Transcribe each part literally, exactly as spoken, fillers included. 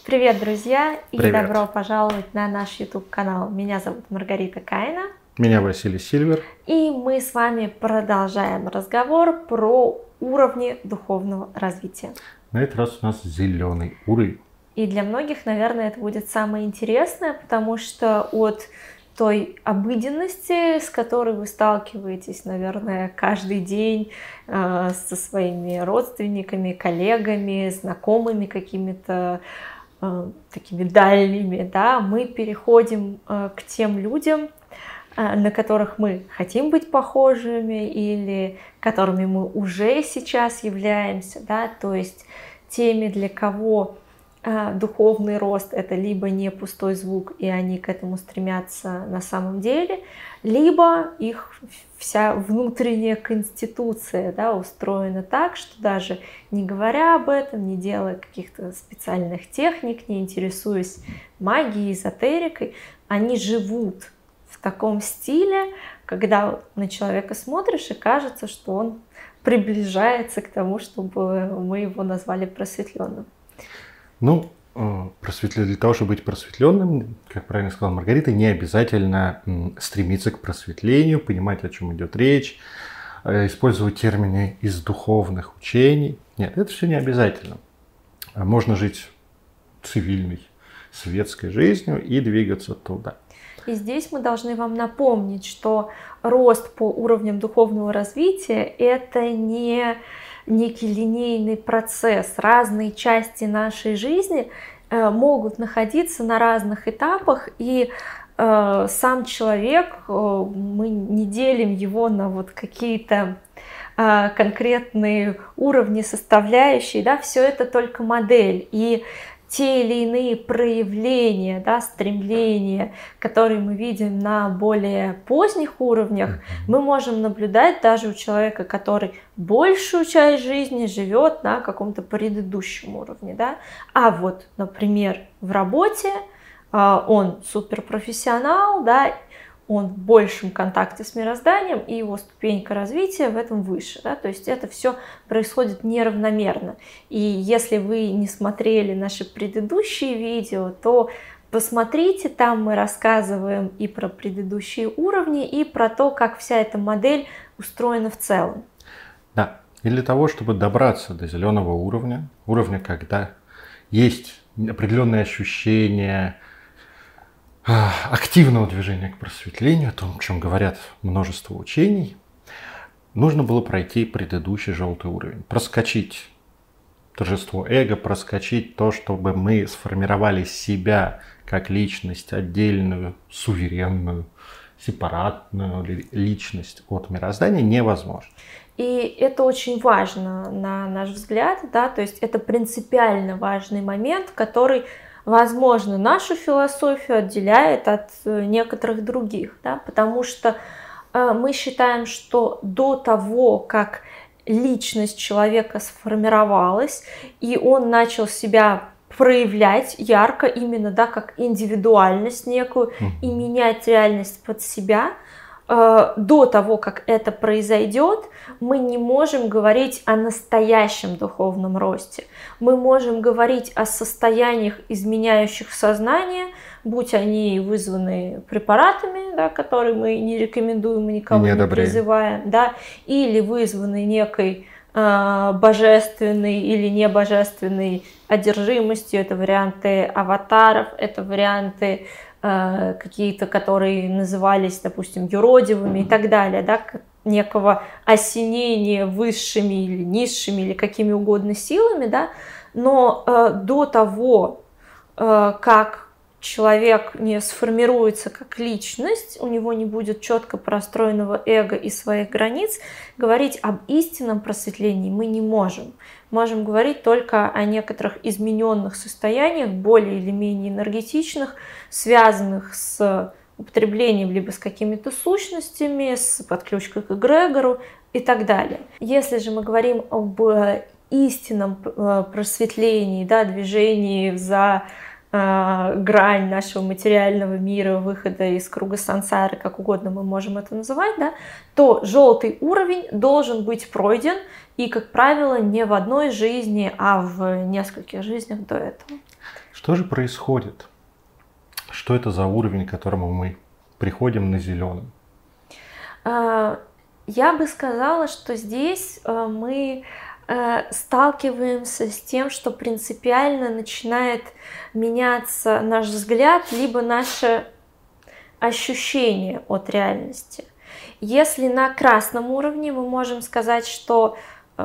Привет, друзья, и Привет. добро пожаловать на наш YouTube-канал. Меня зовут Маргарита Каина. Меня Василий Сильвер. И мы с вами продолжаем разговор про уровни духовного развития. На этот раз у нас зеленый уровень. И для многих, наверное, это будет самое интересное, потому что от той обыденности, с которой вы сталкиваетесь, наверное, каждый день э, со своими родственниками, коллегами, знакомыми какими-то э, такими дальними, да, мы переходим э, к тем людям, э, на которых мы хотим быть похожими или которыми мы уже сейчас являемся, да, то есть теми, для кого духовный рост — это либо не пустой звук, и они к этому стремятся на самом деле, либо их вся внутренняя конституция, да, устроена так, что даже не говоря об этом, не делая каких-то специальных техник, не интересуясь магией, эзотерикой, они живут в таком стиле, когда на человека смотришь и кажется, что он приближается к тому, чтобы мы его назвали просветленным. Ну, просветлен... для того, чтобы быть просветленным, как правильно сказала Маргарита, не обязательно стремиться к просветлению, понимать, о чем идет речь, использовать термины из духовных учений. Нет, это все не обязательно. Можно жить цивильной, светской жизнью и двигаться туда. И здесь мы должны вам напомнить, что рост по уровням духовного развития — это не некий линейный процесс. Разные части нашей жизни э, могут находиться на разных этапах, и э, сам человек, э, мы не делим его на вот какие-то э, конкретные уровни, составляющие, да, все это только модель. И те или иные проявления, да, стремления, которые мы видим на более поздних уровнях, мы можем наблюдать даже у человека, который большую часть жизни живет на каком-то предыдущем уровне. Да? А вот, например, в работе он суперпрофессионал, да, он в большем контакте с мирозданием, и его ступенька развития в этом выше. Да? То есть это все происходит неравномерно. И если вы не смотрели наши предыдущие видео, то посмотрите, там мы рассказываем и про предыдущие уровни, и про то, как вся эта модель устроена в целом. Да, и для того, чтобы добраться до зеленого уровня, уровня, когда есть определенные ощущения активного движения к просветлению, о том, о чем говорят множество учений, нужно было пройти предыдущий желтый уровень, проскочить торжество эго, проскочить то, чтобы мы сформировали себя как личность, отдельную, суверенную, сепаратную личность от мироздания, невозможно. И это очень важно, на наш взгляд, да, то есть это принципиально важный момент, который, возможно, нашу философию отделяет от некоторых других, да, потому что э, мы считаем, что до того, как личность человека сформировалась, и он начал себя проявлять ярко, именно, да, как индивидуальность некую, и менять реальность под себя, э, до того, как это произойдет, мы не можем говорить о настоящем духовном росте. Мы можем говорить о состояниях, изменяющих сознание, будь они вызваны препаратами, да, которые мы не рекомендуем и никого не, не призываем, да, или вызваны некой э, божественной или небожественной одержимостью. Это варианты аватаров, это варианты э, какие-то, которые назывались, допустим, юродивыми и так далее, да, некого осенения высшими или низшими или какими угодно силами, да, но э, до того, э, как человек не сформируется как личность, у него не будет четко простроенного эго и своих границ, говорить об истинном просветлении мы не можем. Можем говорить только о некоторых измененных состояниях, более или менее энергетичных, связанных с употреблением либо с какими-то сущностями, с подключкой к эгрегору и так далее. Если же мы говорим об истинном просветлении, да, движении за э, грань нашего материального мира, выхода из круга сансары, как угодно мы можем это называть, да, то желтый уровень должен быть пройден, и, как правило, не в одной жизни, а в нескольких жизнях до этого. Что же происходит? Что это за уровень, к которому мы приходим на зеленом? Я бы сказала, что здесь мы сталкиваемся с тем, что принципиально начинает меняться наш взгляд, либо наше ощущение от реальности. Если на красном уровне мы можем сказать, что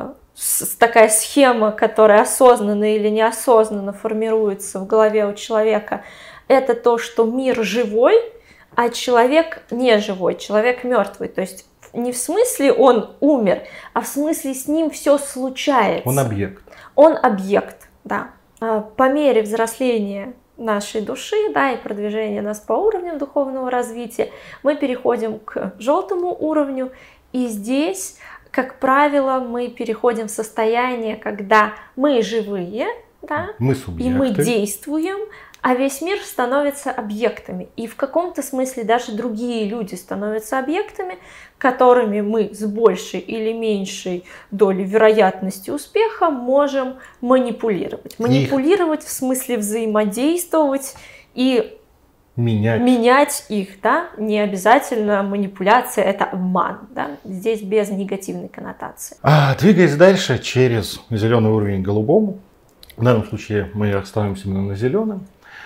такая схема, которая осознанно или неосознанно формируется в голове у человека, это то, что мир живой, а человек не живой, человек мертвый. То есть не в смысле он умер, а в смысле с ним все случается. Он объект. Он объект, да. По мере взросления нашей души, да, и продвижения нас по уровням духовного развития, мы переходим к желтому уровню, и здесь, как правило, мы переходим в состояние, когда мы живые, да, мы субъекты, и мы действуем, а весь мир становится объектами. И в каком-то смысле даже другие люди становятся объектами, которыми мы с большей или меньшей долей вероятности успеха можем манипулировать. Манипулировать их. В смысле взаимодействовать и менять, менять их. Да? Не обязательно манипуляция, это обман. Да? Здесь без негативной коннотации. А, двигаясь дальше через зеленый уровень к голубому, в данном случае мы остановимся именно на зеленом,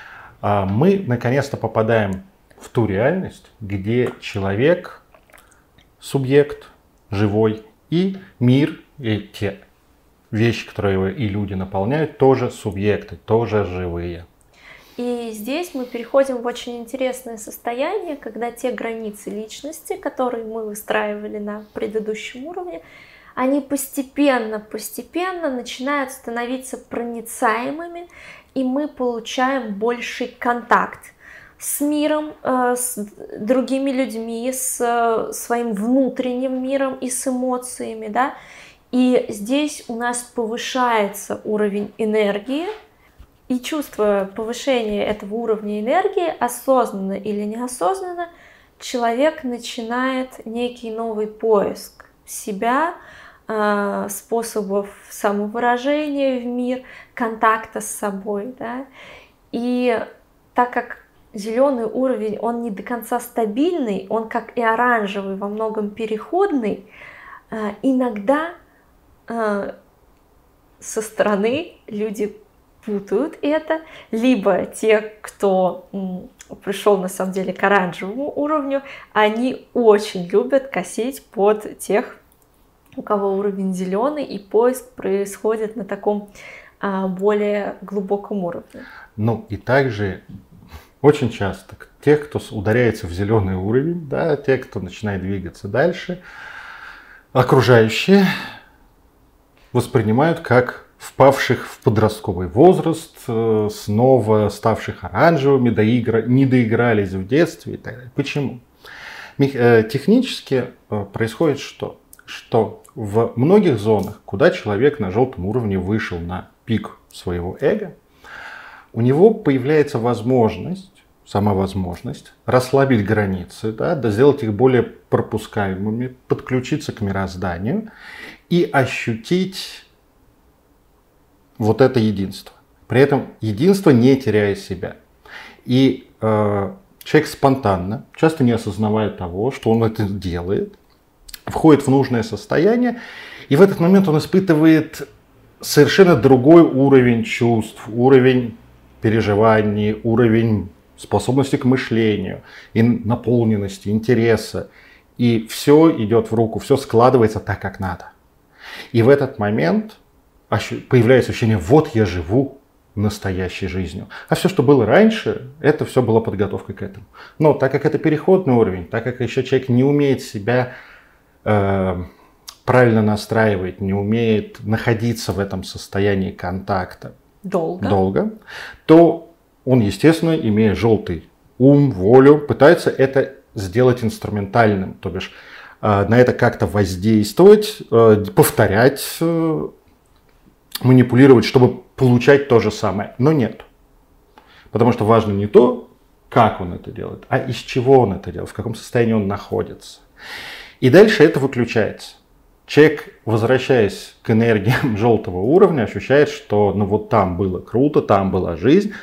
мы наконец-то попадаем в ту реальность, где человек, субъект, живой, и мир, и те вещи, которые его и люди наполняют, тоже субъекты, тоже живые. И здесь мы переходим в очень интересное состояние, когда те границы личности, которые мы выстраивали на предыдущем уровне, они постепенно, постепенно начинают становиться проницаемыми, и мы получаем больший контакт с миром, с другими людьми, с своим внутренним миром и с эмоциями, да. И здесь у нас повышается уровень энергии, и чувствуя повышение этого уровня энергии, осознанно или неосознанно, человек начинает некий новый поиск себя, способов самовыражения в мир, контакта с собой, да. И так как зеленый уровень, он не до конца стабильный, он как и оранжевый во многом переходный, иногда со стороны люди путают это, либо те, кто пришел на самом деле к оранжевому уровню, они очень любят косить под тех, у кого уровень зеленый, и поиск происходит на таком а, более глубоком уровне. Ну и также очень часто тех, кто ударяется в зеленый уровень, да, те, кто начинает двигаться дальше, окружающие воспринимают как впавших в подростковый возраст, снова ставших оранжевыми, доигра... не доигрались в детстве и так далее. Почему? Технически происходит что? Что в многих зонах, куда человек на желтом уровне вышел на пик своего эго, у него появляется возможность, сама возможность расслабить границы, да, да, сделать их более пропускаемыми, подключиться к мирозданию и ощутить вот это единство. При этом единство не теряя себя. И э, человек спонтанно, часто не осознавая того, что он это делает, входит в нужное состояние, и в этот момент он испытывает совершенно другой уровень чувств, уровень переживаний, уровень способности к мышлению, и наполненности, интереса. И все идет в руку, все складывается так, как надо. И в этот момент появляется ощущение: вот я живу настоящей жизнью. А все, что было раньше, это все была подготовка к этому. Но так как это переходный уровень, так как еще человек не умеет себя э, правильно настраивать, не умеет находиться в этом состоянии контакта долго, долго то он, естественно, имея желтый ум, волю, пытается это сделать инструментальным, то бишь э, на это как-то воздействовать, э, повторять, э, манипулировать, чтобы получать то же самое. Но нет. Потому что важно не то, как он это делает, а из чего он это делает, в каком состоянии он находится. И дальше это выключается. Человек, возвращаясь к энергиям желтого уровня, ощущает, что ну вот там было круто, там была жизнь,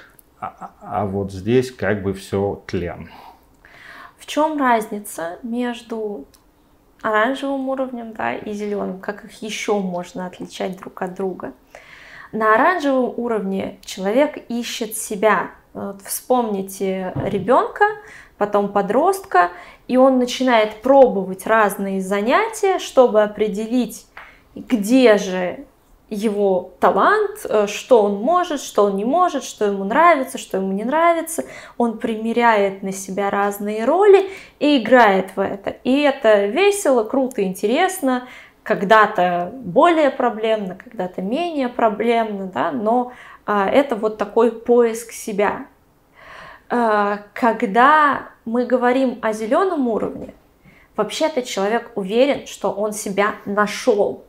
а, а вот здесь как бы все тлен. В чем разница между оранжевым уровнем, да, и зеленым? Как их еще можно отличать друг от друга? На оранжевом уровне человек ищет себя. Вот вспомните ребенка, потом подростка, и он начинает пробовать разные занятия, чтобы определить, где же его талант, что он может, что он не может, что ему нравится, что ему не нравится. Он примеряет на себя разные роли и играет в это. И это весело, круто, интересно. Когда-то более проблемно, когда-то менее проблемно, да, но а, это вот такой поиск себя. А, когда мы говорим о зеленом уровне, вообще-то человек уверен, что он себя нашел.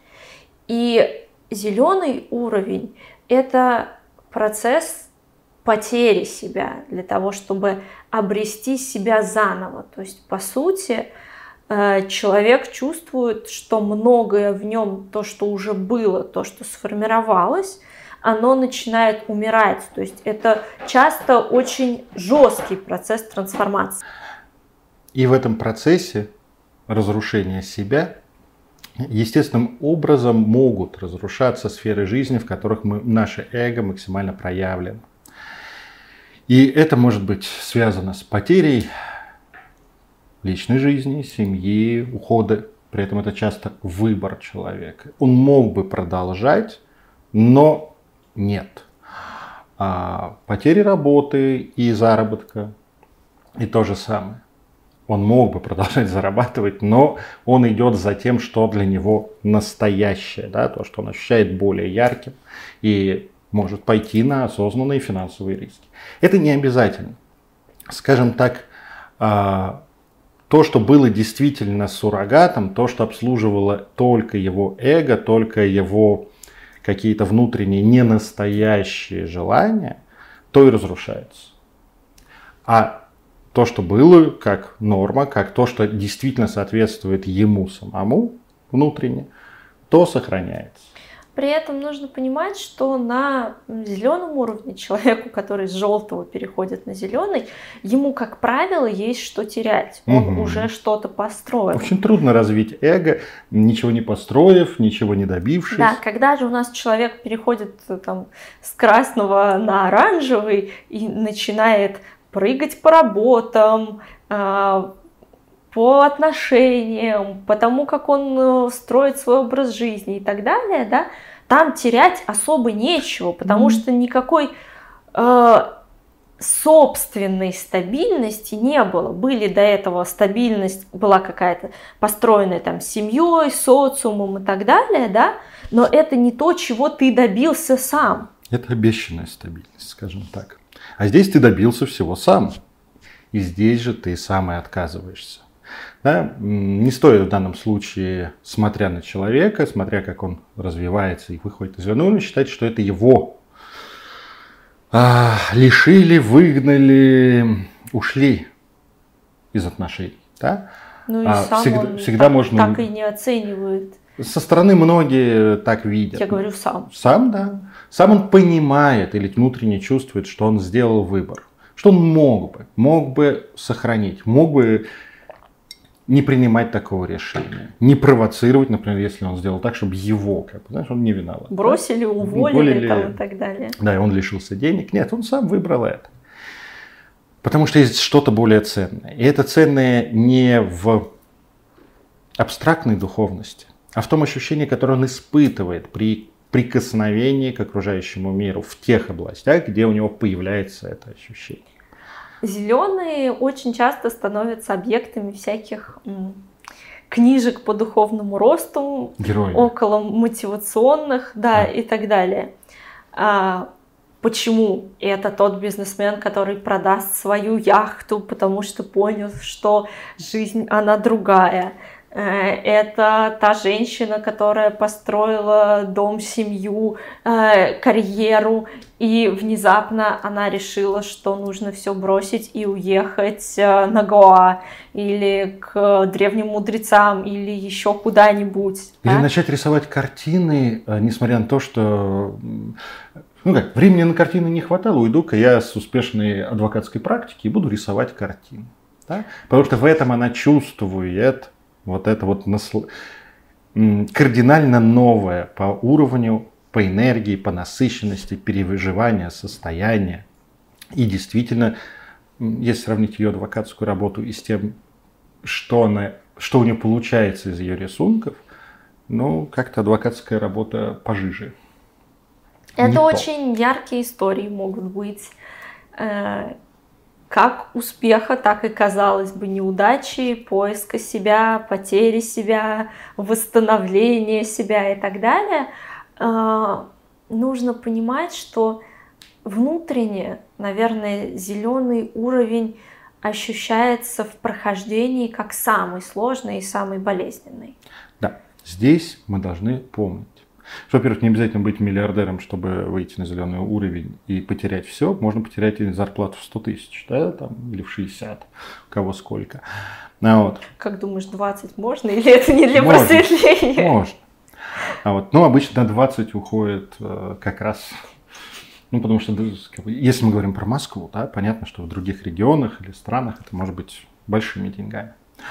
И зеленый уровень – это процесс потери себя для того, чтобы обрести себя заново. То есть, по сути, человек чувствует, что многое в нем, то, что уже было, то, что сформировалось, оно начинает умирать. То есть это часто очень жесткий процесс трансформации. И в этом процессе разрушения себя естественным образом могут разрушаться сферы жизни, в которых мы, наше эго максимально проявлено. И это может быть связано с потерей личной жизни, семьи, ухода. При этом это часто выбор человека. Он мог бы продолжать, но нет. А потери работы и заработка и то же самое. Он мог бы продолжать зарабатывать, но он идет за тем, что для него настоящее, да, то, что он ощущает более ярким и может пойти на осознанные финансовые риски. Это не обязательно. Скажем так, то, что было действительно суррогатом, то, что обслуживало только его эго, только его какие-то внутренние ненастоящие желания, то и разрушается. А то, что было как норма, как то, что действительно соответствует ему самому внутренне, то сохраняется. При этом нужно понимать, что на зеленом уровне человеку, который с желтого переходит на зеленый, ему, как правило, есть что терять. Он угу. уже что-то построил. Очень трудно развить эго, ничего не построив, ничего не добившись. Да, когда же у нас человек переходит там, с красного на оранжевый и начинает прыгать по работам, по отношениям, по тому, как он строит свой образ жизни и так далее, да, там терять особо нечего, потому mm-hmm. что никакой э, собственной стабильности не было. Были до этого стабильность, была какая-то построенная там семьей, социумом и так далее, да, но это не то, чего ты добился сам. Это обещанная стабильность, скажем так. А здесь ты добился всего сам. И здесь же ты сам и отказываешься. Да? Не стоит в данном случае, смотря на человека, смотря как он развивается и выходит из зеленого, считать, что это его а, лишили, выгнали, ушли из отношений. Да? Ну и а сам всегда, он всегда так, можно... так и не оценивает. Со стороны многие так видят. Я говорю сам. Сам, да. Сам он понимает или внутренне чувствует, что он сделал выбор. Что он мог бы, мог бы сохранить, мог бы не принимать такого решения, не провоцировать, например, если он сделал так, чтобы его, как бы, знаешь, он не виноват. Бросили, да? уволили, уволили там, и так далее. Да, и он лишился денег. Нет, он сам выбрал это. Потому что есть что-то более ценное. И это ценное не в абстрактной духовности, а в том ощущении, которое он испытывает при прикосновении к окружающему миру в тех областях, где у него появляется это ощущение. Зеленые очень часто становятся объектами всяких м, книжек по духовному росту, Герои. около мотивационных, да, а. и так далее. А, почему? Это тот бизнесмен, который продаст свою яхту, потому что понял, что жизнь, она другая. Это та женщина, которая построила дом, семью, карьеру, и внезапно она решила, что нужно все бросить и уехать на Гоа или к древним мудрецам или еще куда-нибудь. Или да? начать рисовать картины, несмотря на то, что Ну как, времени на картины не хватало, уйду-ка я с успешной адвокатской практики и буду рисовать картины. Да? Потому что в этом она чувствует вот это вот насл... кардинально новое по уровню, по энергии, по насыщенности, переживания, состояния. И действительно, если сравнить ее адвокатскую работу и с тем, что, она, что у нее получается из ее рисунков, ну, как-то адвокатская работа пожиже. Это Не очень то. Яркие истории могут быть. Как успеха, так и, казалось бы, неудачи, поиска себя, потери себя, восстановления себя и так далее. Нужно понимать, что внутренне, наверное, зеленый уровень ощущается в прохождении как самый сложный и самый болезненный. Да, здесь мы должны помнить, что, во-первых, не обязательно быть миллиардером, чтобы выйти на зеленый уровень и потерять все. Можно потерять и зарплату в сто тысяч, да, там, или в шестьдесят, у кого сколько. А вот. Как думаешь, двадцать можно или это не для можно, просветления? Можно. А вот, ну, обычно на двадцать уходит э, как раз, ну, потому что, если мы говорим про Москву, да, понятно, что в других регионах или странах это может быть большими деньгами.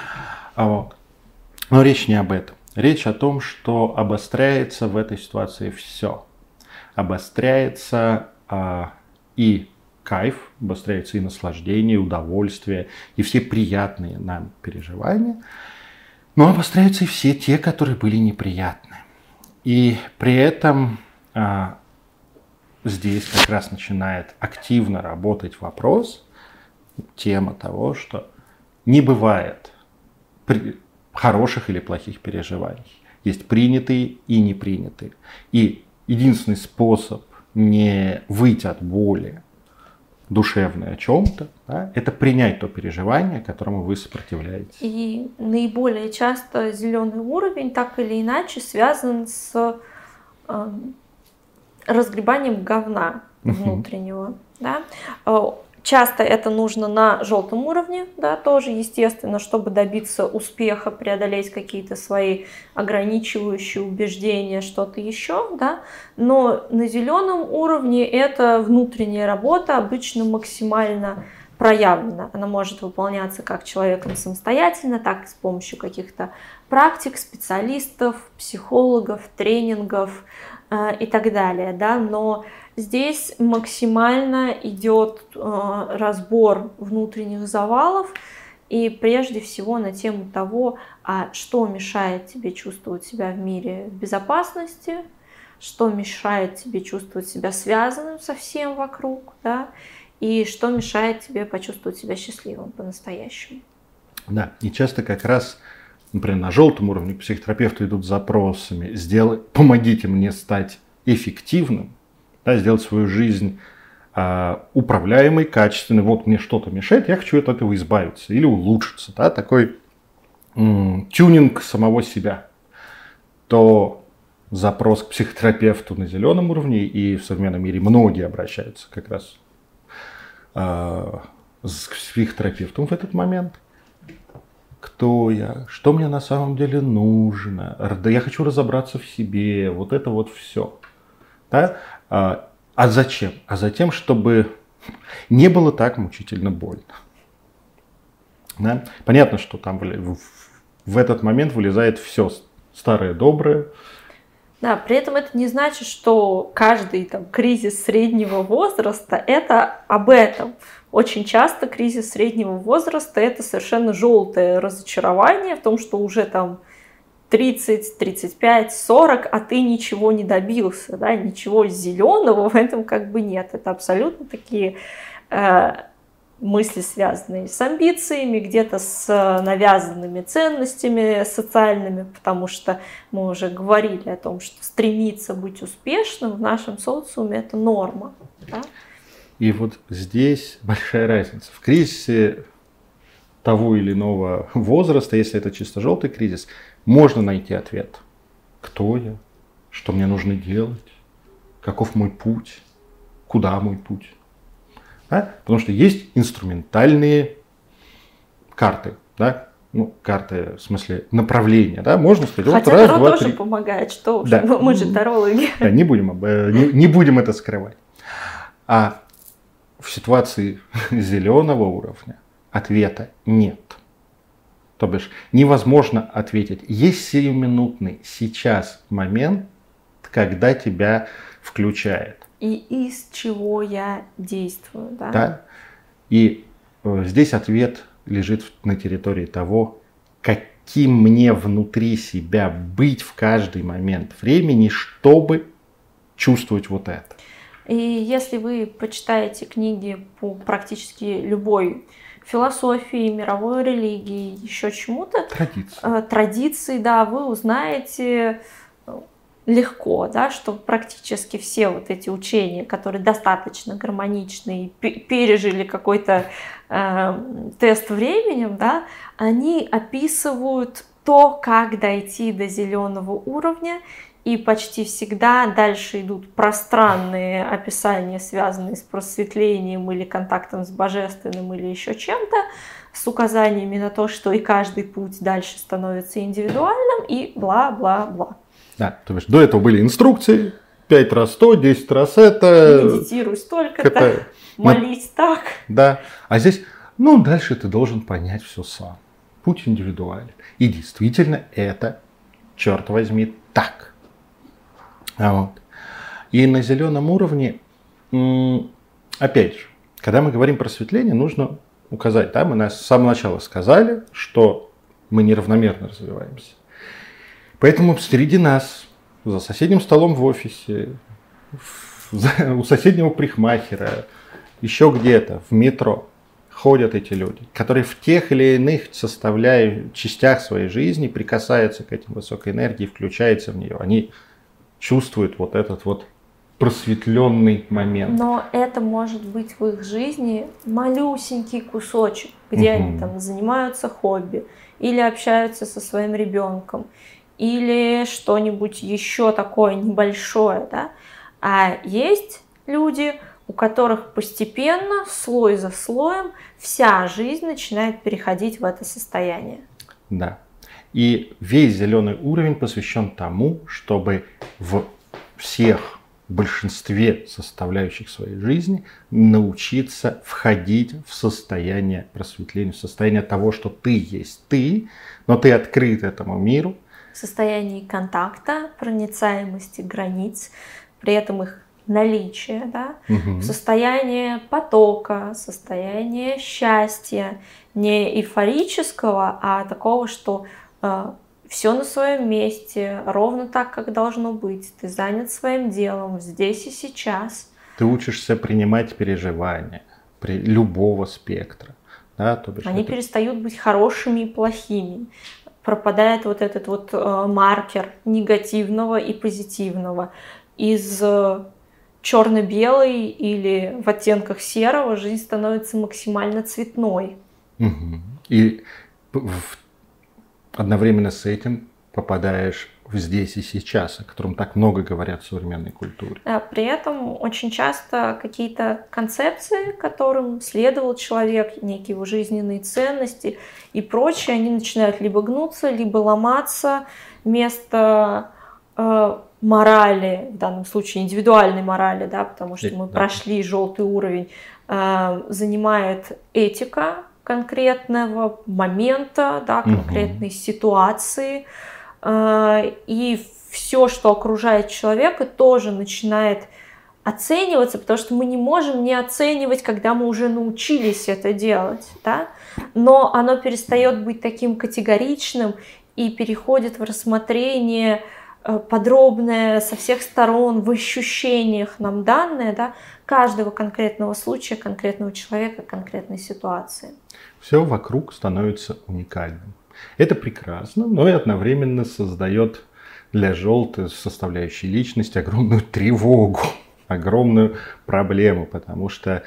А вот. Но речь не об этом. Речь о том, что обостряется в этой ситуации все. Обостряется а, и кайф, обостряется и наслаждение, и удовольствие, и все приятные нам переживания. Но обостряются и все те, которые были неприятны. И при этом а, здесь как раз начинает активно работать вопрос, тема того, что не бывает при, хороших или плохих переживаний. Есть принятые и непринятые. И единственный способ не выйти от боли душевной о чем-то, да, это принять то переживание, которому вы сопротивляетесь. И наиболее часто зеленый уровень так или иначе связан с э, разгребанием говна внутреннего. Да? Часто это нужно на желтом уровне, да, тоже, естественно, чтобы добиться успеха, преодолеть какие-то свои ограничивающие убеждения, что-то еще, да. Но на зеленом уровне это внутренняя работа обычно максимально проявлена. Она может выполняться как человеком самостоятельно, так и с помощью каких-то практик, специалистов, психологов, тренингов э, и так далее, да. Но здесь максимально идет э, разбор внутренних завалов и прежде всего на тему того, а что мешает тебе чувствовать себя в мире в безопасности, что мешает тебе чувствовать себя связанным со всем вокруг, да, и что мешает тебе почувствовать себя счастливым по-настоящему. Да, и часто как раз, например, на желтом уровне к психотерапевту идут с запросами: сделай, помогите мне стать эффективным, да, сделать свою жизнь э, управляемой, качественной. Вот мне что-то мешает, я хочу от этого избавиться или улучшиться. Да, такой м, тюнинг самого себя. То запрос к психотерапевту на зеленом уровне, и в современном мире многие обращаются как раз э, к психотерапевту в этот момент. Кто я? Что мне на самом деле нужно? Да, я хочу разобраться в себе. Вот это вот все. Да? А, а зачем? А затем, чтобы не было так мучительно больно. Да? Понятно, что там в, в этот момент вылезает все старое доброе. Да, при этом это не значит, что каждый там, кризис среднего возраста это об этом. Очень часто кризис среднего возраста это совершенно желтое разочарование в том, что уже там тридцать, тридцать пять, сорок, а ты ничего не добился, да, ничего зеленого в этом как бы нет. Это абсолютно такие э, мысли, связанные с амбициями, где-то с навязанными ценностями социальными, потому что мы уже говорили о том, что стремиться быть успешным в нашем социуме это норма. Да? И вот здесь большая разница. В кризисе того или иного возраста, если это чисто желтый кризис, можно найти ответ. Кто я? Что мне нужно делать? Каков мой путь? Куда мой путь? Да? Потому что есть инструментальные карты. Да? Ну, карты в смысле направления. Да? Можно сказать, хотя вот раз, Таро два, тоже три. помогает. Что уж, да. мы же тарологи. Да, не будем, не, не будем это скрывать. А в ситуации зеленого уровня ответа нет. То бишь невозможно ответить. Есть сиюминутный сейчас момент, когда тебя включает. И из чего я действую, да? Да. И э, здесь ответ лежит на территории того, каким мне внутри себя быть в каждый момент времени, чтобы чувствовать вот это. И если вы почитаете книги по практически любой философии, мировой религии, еще чему-то, Традиции. традиции, да, вы узнаете легко, да, что практически все вот эти учения, которые достаточно гармоничны и пережили какой-то э, тест временем, да, они описывают то, как дойти до зеленого уровня, и почти всегда дальше идут пространные описания, связанные с просветлением или контактом с божественным или еще чем-то, с указаниями на то, что и каждый путь дальше становится индивидуальным, и бла-бла-бла. Да, то есть до этого были инструкции, пять раз то, десять раз это. Медитируй столько-то, молись так. Да, а здесь, ну, дальше ты должен понять все сам. Путь индивидуален. И действительно это, черт возьми, так. Вот. И на зеленом уровне, опять же, когда мы говорим про просветление, нужно указать, да, мы с самого начала сказали, что мы неравномерно развиваемся. Поэтому среди нас, за соседним столом в офисе, у соседнего парикмахера, еще где-то, в метро, ходят эти люди, которые в тех или иных составляющих частях своей жизни прикасаются к этим высокой энергии, включаются в нее. Они чувствуют вот этот вот просветленный момент. Но это может быть в их жизни малюсенький кусочек, где угу. они там занимаются хобби, или общаются со своим ребенком, или что-нибудь еще такое небольшое, да? А есть люди, у которых постепенно, слой за слоем, вся жизнь начинает переходить в это состояние. Да. И весь зеленый уровень посвящен тому, чтобы в всех, большинстве составляющих своей жизни научиться входить в состояние просветления, в состояние того, что ты есть ты, но ты открыт этому миру. В состоянии контакта, проницаемости границ, при этом их наличие, да, угу. в состоянии потока, состояние счастья, не эйфорического, а такого, что э, все на своем месте, ровно так, как должно быть, ты занят своим делом здесь и сейчас. Ты учишься принимать переживания при любого спектра. Да, то бишь Они это... перестают быть хорошими и плохими. Пропадает вот этот вот э, маркер негативного и позитивного. Из э, черно-белой или в оттенках серого жизнь становится максимально цветной. Угу. И в... одновременно с этим попадаешь в здесь и сейчас, о котором так много говорят в современной культуре. При этом очень часто какие-то концепции, которым следовал человек, некие его жизненные ценности и прочее, они начинают либо гнуться, либо ломаться. Вместо э, морали, в данном случае индивидуальной морали, да, потому что мы да. прошли желтый уровень, э, занимает этика конкретного момента, да, конкретной угу. ситуации. И все, что окружает человека, тоже начинает оцениваться, потому что мы не можем не оценивать, когда мы уже научились это делать, да? Но оно перестает быть таким категоричным и переходит в рассмотрение подробное со всех сторон, в ощущениях нам данное, да, каждого конкретного случая, конкретного человека, конкретной ситуации. Все вокруг становится уникальным. Это прекрасно, но и одновременно создает для желтой составляющей личности огромную тревогу, огромную проблему, потому что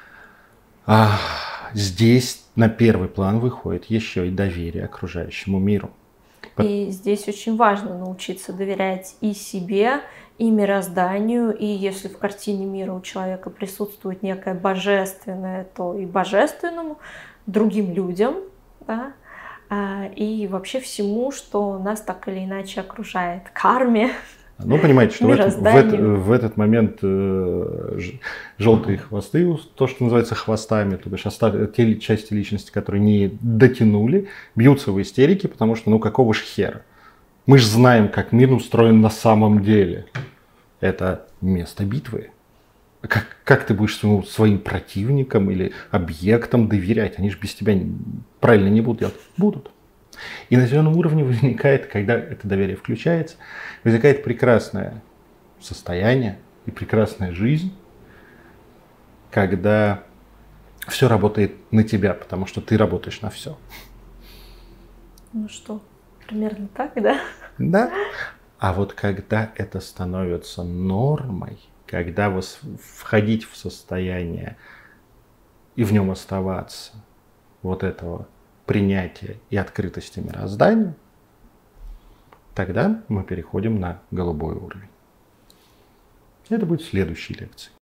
а, здесь на первый план выходит еще и доверие окружающему миру. И здесь очень важно научиться доверять и себе, и мирозданию, и если в картине мира у человека присутствует некое божественное, то и божественному, другим людям, да, и вообще всему, что нас так или иначе окружает, карме. Ну, понимаете, что в, этот, в, это, Мирозданием. в этот момент э, ж- желтые хвосты, то, что называется хвостами, то бишь остав- те ли- части личности, которые не дотянули, бьются в истерике, потому что ну какого ж хера? Мы же знаем, как мир устроен на самом деле. Это место битвы. Как, как ты будешь своему, своим противникам или объектам доверять? Они же без тебя не- правильно не будут делать. Будут. И на зеленом уровне возникает, когда это доверие включается, возникает прекрасное состояние и прекрасная жизнь, когда все работает на тебя, потому что ты работаешь на все. Ну что, примерно так, да? Да. А вот когда это становится нормой, когда вы с- входить в состояние и в нем оставаться, вот этого принятия и открытости мирозданию, тогда мы переходим на голубой уровень. Это будет в следующей лекции.